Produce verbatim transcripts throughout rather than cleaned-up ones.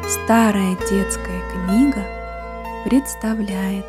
Старая детская книга представляет.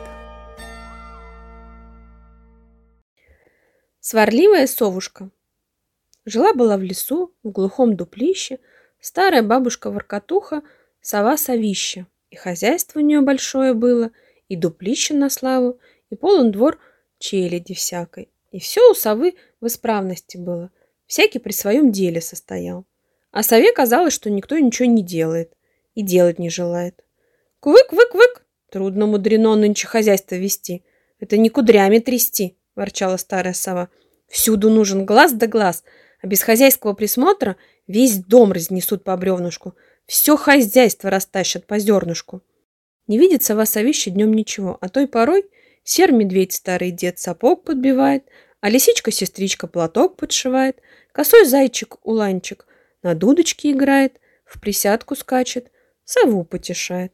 Сварливая совушка. Жила-была в лесу, в глухом дуплище, старая бабушка-воркотуха, сова-совища. И хозяйство у нее большое было, и дуплище на славу, и полон двор челяди всякой. И все у совы в исправности было, всякий при своем деле состоял. А сове казалось, что никто ничего не делает и делать не желает. Квык-вык-вык! Трудно мудрено нынче хозяйство вести. Это не кудрями трясти, ворчала старая сова. Всюду нужен глаз да глаз, а без хозяйского присмотра весь дом разнесут по бревнышку, все хозяйство растащат по зернышку. Не видит сова-совища днем ничего, а той порой серый-медведь старый дед сапог подбивает, а лисичка-сестричка платок подшивает, косой зайчик-уланчик на дудочке играет, в присядку скачет, сову потешает.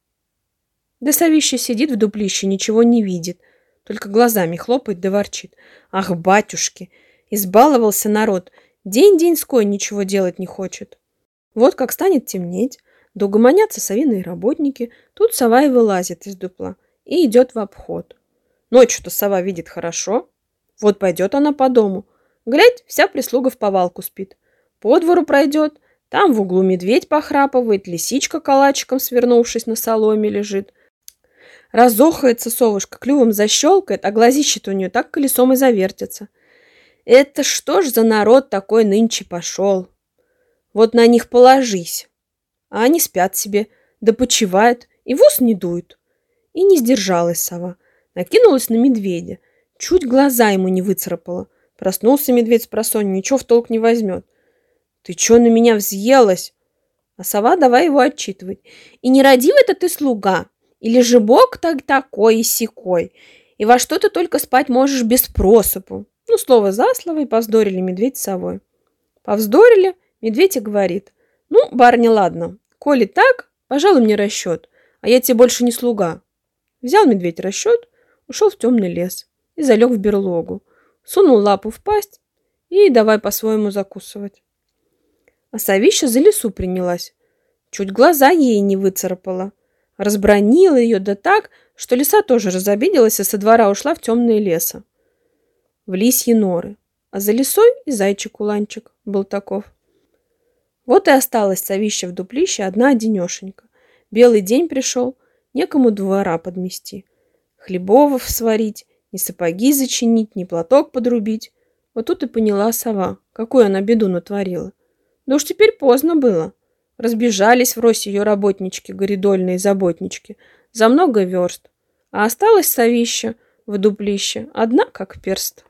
Да совища сидит в дуплище, ничего не видит, только глазами хлопает да ворчит. Ах, батюшки, избаловался народ, день-деньской ничего делать не хочет. Вот как станет темнеть, да угомонятся совиные работники, тут сова и вылазит из дупла и идет в обход. Ночью-то сова видит хорошо, вот пойдет она по дому, глядь, вся прислуга в повалку спит. По двору пройдет, там в углу медведь похрапывает, лисичка калачиком, свернувшись на соломе, лежит. Разохается совушка, клювом защелкает, а глазище-то у нее так колесом и завертится. Это что ж за народ такой нынче пошел? Вот на них положись. А они спят себе, да почивают, и в ус не дуют. И не сдержалась сова, накинулась на медведя, чуть глаза ему не выцарапала. Проснулся медведь спросонья, ничего в толк не возьмет. Ты че на меня взъелась? А сова давай его отчитывать. И не родивый-то ты слуга, или же Бог так такой и сякой, и во что ты только спать можешь без просыпу. Ну, слово за слово, и повздорили медведь с совой. Повздорили, медведь и говорит: ну, барыня, ладно, коли так, пожалуй, мне расчет, а я тебе больше не слуга. Взял медведь расчет, ушел в темный лес и залег в берлогу, сунул лапу в пасть и давай по-своему закусывать. А совища за лесу принялась, чуть глаза ей не выцарапала, разбранила ее да так, что лиса тоже разобиделась и со двора ушла в темные леса, в лисьи норы, а за лисой и зайчик-уланчик был таков. Вот и осталась совища в дуплище одна-одинешенька. Белый день пришел, некому двора подмести, хлебовов сварить, ни сапоги зачинить, ни платок подрубить. Вот тут и поняла сова, какую она беду натворила. Да уж теперь поздно было. Разбежались врозь ее работнички, горидольные заботнички, за много верст. А осталась совища в дуплище одна, как перст.